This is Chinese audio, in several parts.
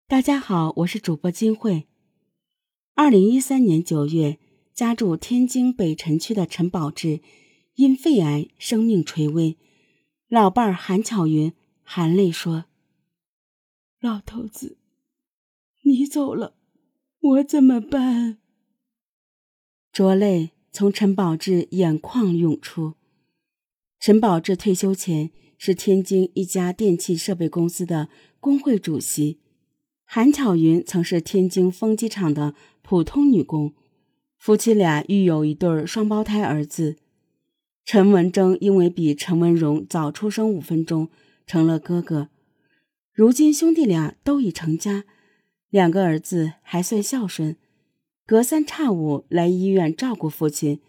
大家好，我是主播金慧。2013年9月，家住天津北辰区的陈宝志因肺癌生命垂危，老伴儿韩巧云含泪说：“老头子，你走了，我怎么办？”浊泪从陈宝志眼眶涌出。陈宝志退休前是天津一家电气设备公司的工会主席，韩巧云曾是天津风机厂的普通女工，夫妻俩育有一对双胞胎儿子。陈文征因为比陈文荣早出生5分钟，成了哥哥。如今兄弟俩都已成家，2个儿子还算孝顺，隔3差5来医院照顾父亲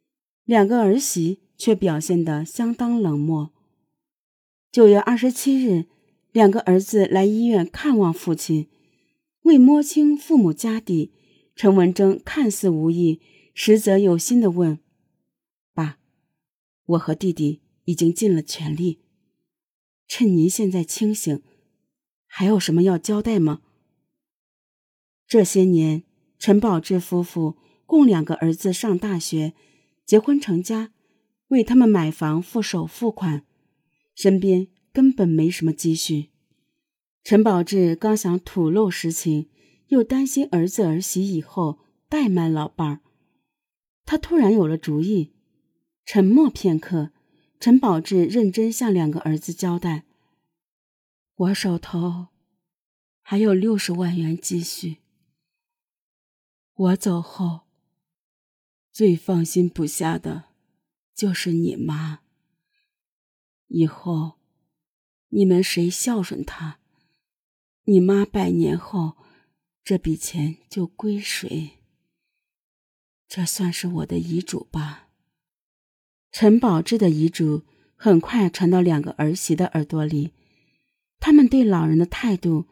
，2个儿媳却表现得相当冷漠。9月27日，2个儿子来医院看望父亲，为摸清父母家底，陈文征看似无意，实则有心地问：“爸，我和弟弟已经尽了全力，趁您现在清醒，还有什么要交代吗？”这些年，陈宝志夫妇供2个儿子上大学，结婚成家，为他们买房付首付款，身边根本没什么积蓄。陈宝志刚想吐露实情，又担心儿子儿媳以后怠慢老伴儿，他突然有了主意。沉默片刻，陈宝志认真向2个儿子交代：“我手头还有60万元积蓄，我走后最放心不下的就是你妈，以后你们谁孝顺她，你妈100年后这笔钱就归谁。这算是我的遗嘱吧。”陈宝志的遗嘱很快传到2个儿媳的耳朵里，他们对老人的态度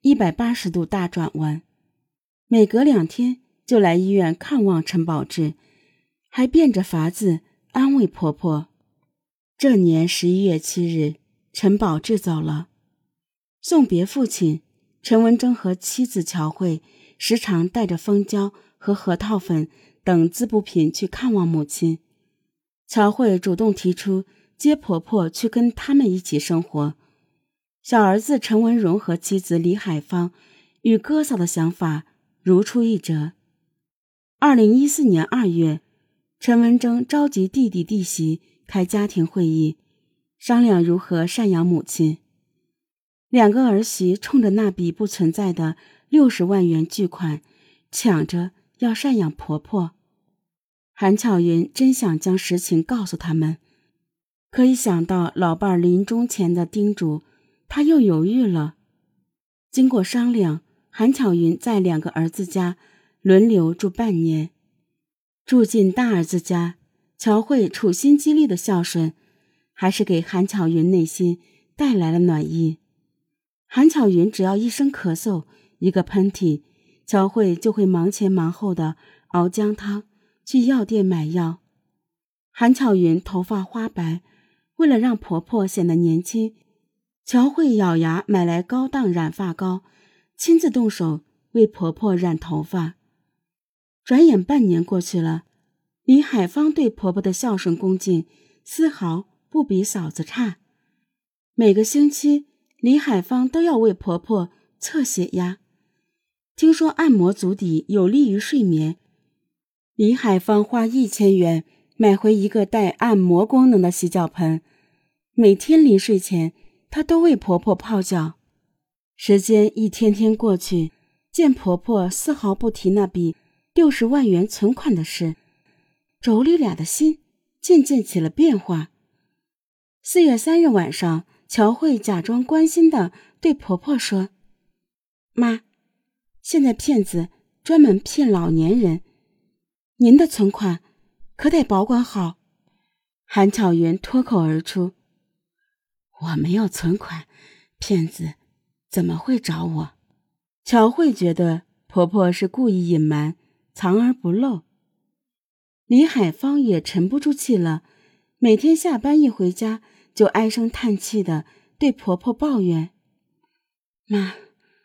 180度大转弯，每隔2天就来医院看望陈宝志，还变着法子安慰婆婆。这年11月7日，陈宝志走了。送别父亲，陈文征和妻子乔慧时常带着蜂胶和核桃粉等滋补品去看望母亲。乔慧主动提出接婆婆去跟他们一起生活。小儿子陈文荣和妻子李海芳与哥嫂的想法如出一辙。2014年2月，陈文征召集弟弟弟媳开家庭会议，商量如何赡养母亲。2个儿媳冲着那笔不存在的60万元巨款，抢着要赡养婆婆。韩巧云真想将实情告诉他们，可一想到老伴儿临终前的叮嘱，她又犹豫了。经过商量，韩巧云在2个儿子家轮流住半年。住进大儿子家，乔慧处心积虑的孝顺，还是给韩巧云内心带来了暖意。韩巧云只要一声咳嗽，一个喷嚏，乔慧就会忙前忙后的熬姜汤，去药店买药。韩巧云头发花白，为了让婆婆显得年轻，乔慧咬牙买来高档染发膏，亲自动手为婆婆染头发。转眼半年过去了，李海芳对婆婆的孝顺恭敬丝毫不比嫂子差。每个星期李海芳都要为婆婆测血压，听说按摩足底有利于睡眠，李海芳花1000元买回一个带按摩功能的洗脚盆，每天临睡前她都为婆婆泡脚。时间一天天过去，见婆婆丝毫不提那笔60万元存款的事，妯娌俩的心渐渐起了变化。4月3日晚上，乔慧假装关心地对婆婆说：“妈，现在骗子专门骗老年人，您的存款可得保管好。”韩巧云脱口而出：“我没有存款，骗子怎么会找我？”乔慧觉得婆婆是故意隐瞒，藏而不露。李海芳也沉不住气了，每天下班一回家就唉声叹气的对婆婆抱怨：“妈，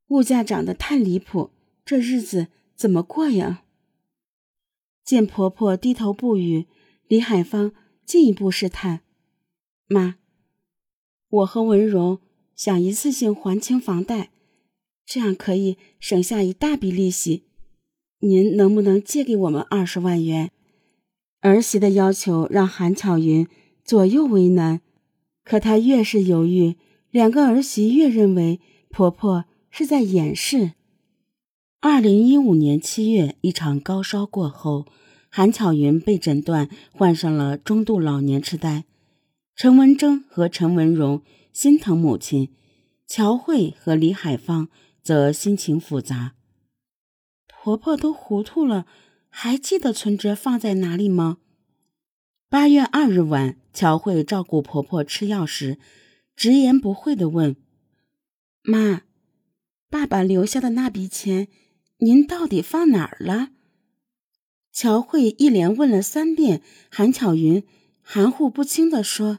物价涨得太离谱，这日子怎么过呀？见婆婆低头不语，李海芳进一步试探：妈，我和文荣想一次性还清房贷，这样可以省下一大笔利息，您能不能借给我们20万元？儿媳的要求让韩巧云左右为难，可她越是犹豫，两个儿媳越认为婆婆是在掩饰。2015年7月，一场高烧过后，韩巧云被诊断患上了中度老年痴呆。陈文征和陈文荣心疼母亲，乔慧和李海芳则心情复杂。婆婆都糊涂了，还记得存折放在哪里吗？8月2日晚，乔慧照顾婆婆吃药时，直言不讳地问：妈，爸爸留下的那笔钱，您到底放哪儿了？乔慧一连问了3遍，韩巧云含糊不清地说：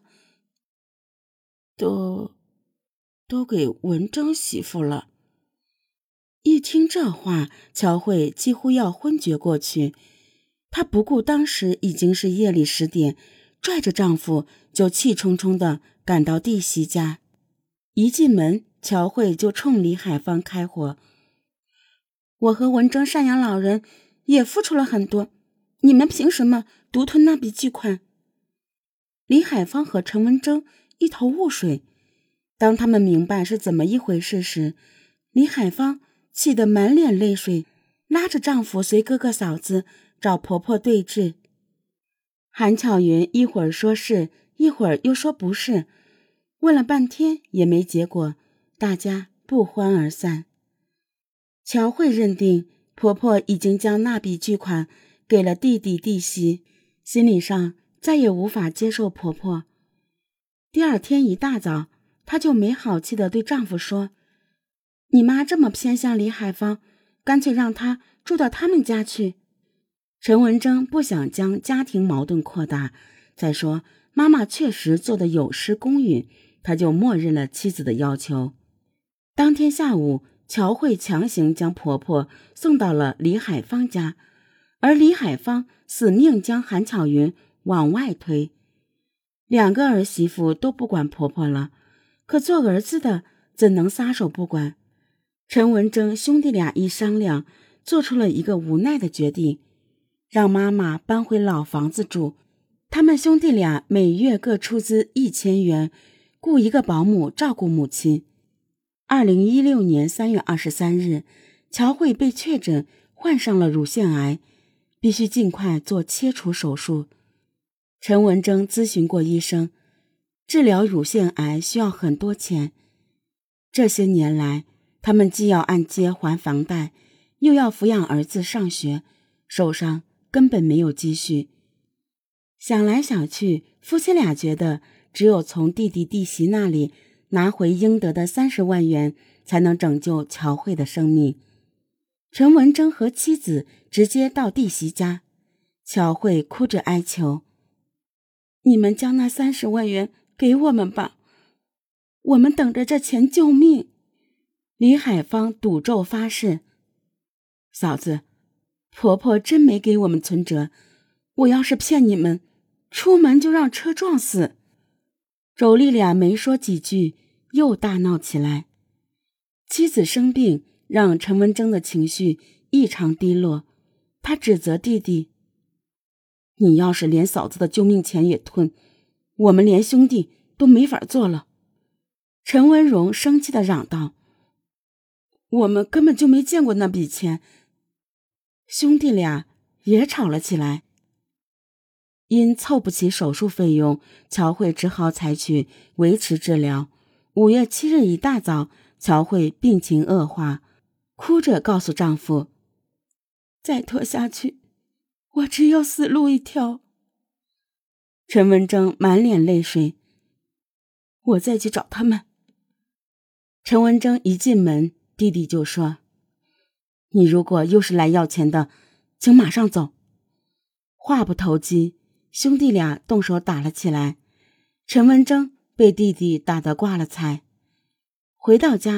都给文征媳妇了。一听这话，乔慧几乎要昏厥过去。她不顾当时已经是夜里10点，拽着丈夫就气冲冲地赶到弟媳家。一进门，乔慧就冲李海芳开火：我和文征赡养老人也付出了很多，你们凭什么独吞那笔巨款？李海芳和陈文征一头雾水。当他们明白是怎么一回事时，李海芳气得满脸泪水，拉着丈夫随哥哥嫂子找婆婆对峙。韩巧云一会儿说是，一会儿又说不是，问了半天也没结果，大家不欢而散。乔慧认定婆婆已经将那笔巨款给了弟弟弟媳，心理上再也无法接受婆婆。第二天一大早，她就没好气地对丈夫说：你妈这么偏向李海芳，干脆让她住到他们家去。陈文征不想将家庭矛盾扩大，再说妈妈确实做得有失公允，他就默认了妻子的要求。当天下午，乔慧强行将婆婆送到了李海芳家，而李海芳死命将韩巧云往外推。两个儿媳妇都不管婆婆了，可做儿子的怎能撒手不管？陈文征兄弟俩一商量，做出了一个无奈的决定，让妈妈搬回老房子住。他们兄弟俩每月各出资1000元，雇一个保姆照顾母亲。2016年3月23日，乔慧被确诊患上了乳腺癌，必须尽快做切除手术。陈文征咨询过医生，治疗乳腺癌需要很多钱。这些年来，他们既要按揭还房贷，又要抚养儿子上学，手上根本没有积蓄。想来想去，夫妻俩觉得只有从弟弟弟媳那里拿回应得的30万元，才能拯救乔慧的生命。陈文征和妻子直接到弟媳家，乔慧哭着哀求：你们将那30万元给我们吧，我们等着这钱救命。李海芳赌咒发誓：嫂子，婆婆真没给我们存折，我要是骗你们，出门就让车撞死。妯娌俩没说几句，又大闹起来。妻子生病让陈文征的情绪异常低落，他指责弟弟：你要是连嫂子的救命钱也吞，我们连兄弟都没法做了。陈文荣生气地嚷道：我们根本就没见过那笔钱。兄弟俩也吵了起来。因凑不齐手术费用，乔慧只好采取维持治疗。5月7日一大早，乔慧病情恶化，哭着告诉丈夫：再拖下去，我只有死路一条。陈文征满脸泪水：我再去找他们。陈文征一进门，弟弟就说：你如果又是来要钱的，请马上走。话不投机，兄弟俩动手打了起来。陈文征被弟弟打得挂了彩。回到家，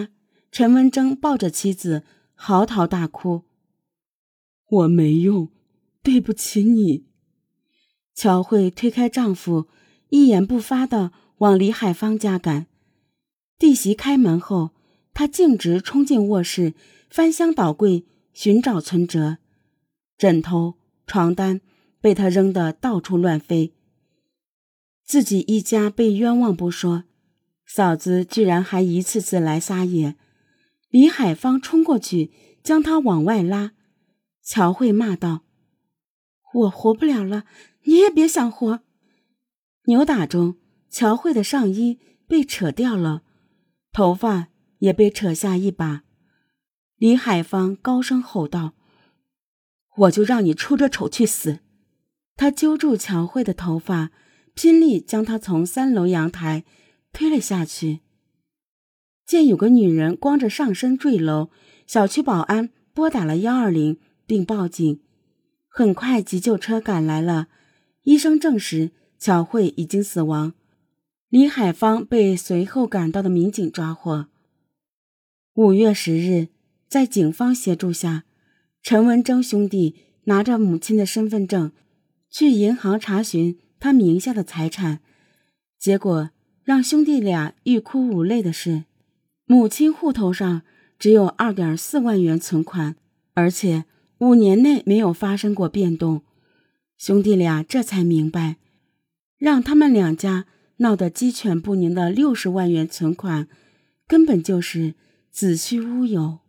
陈文征抱着妻子嚎啕大哭：“我没用，对不起你。”乔慧推开丈夫，一言不发地往李海芳家赶。弟媳开门后，她径直冲进卧室，翻箱倒柜寻找存折，枕头、床单被她扔得到处乱飞。自己一家被冤枉不说，嫂子居然还一次次来撒野。李海芳冲过去将她往外拉，乔慧骂道：“我活不了了，你也别想活。”扭打中，乔慧的上衣被扯掉了，头发也被扯下一把。李海芳高声吼道：“我就让你出这丑去死！”他揪住乔慧的头发，拼力将她从3楼阳台推了下去。见有个女人光着上身坠楼，小区保安拨打了120并报警。很快急救车赶来了，医生证实乔慧已经死亡。李海芳被随后赶到的民警抓获。5月10日，在警方协助下，陈文征兄弟拿着母亲的身份证去银行查询他名下的财产，结果让兄弟俩欲哭无泪的是，母亲户头上只有 2.4 万元存款，而且5年内没有发生过变动。兄弟俩这才明白，让他们两家闹得鸡犬不宁的60万元存款，根本就是子虚乌有。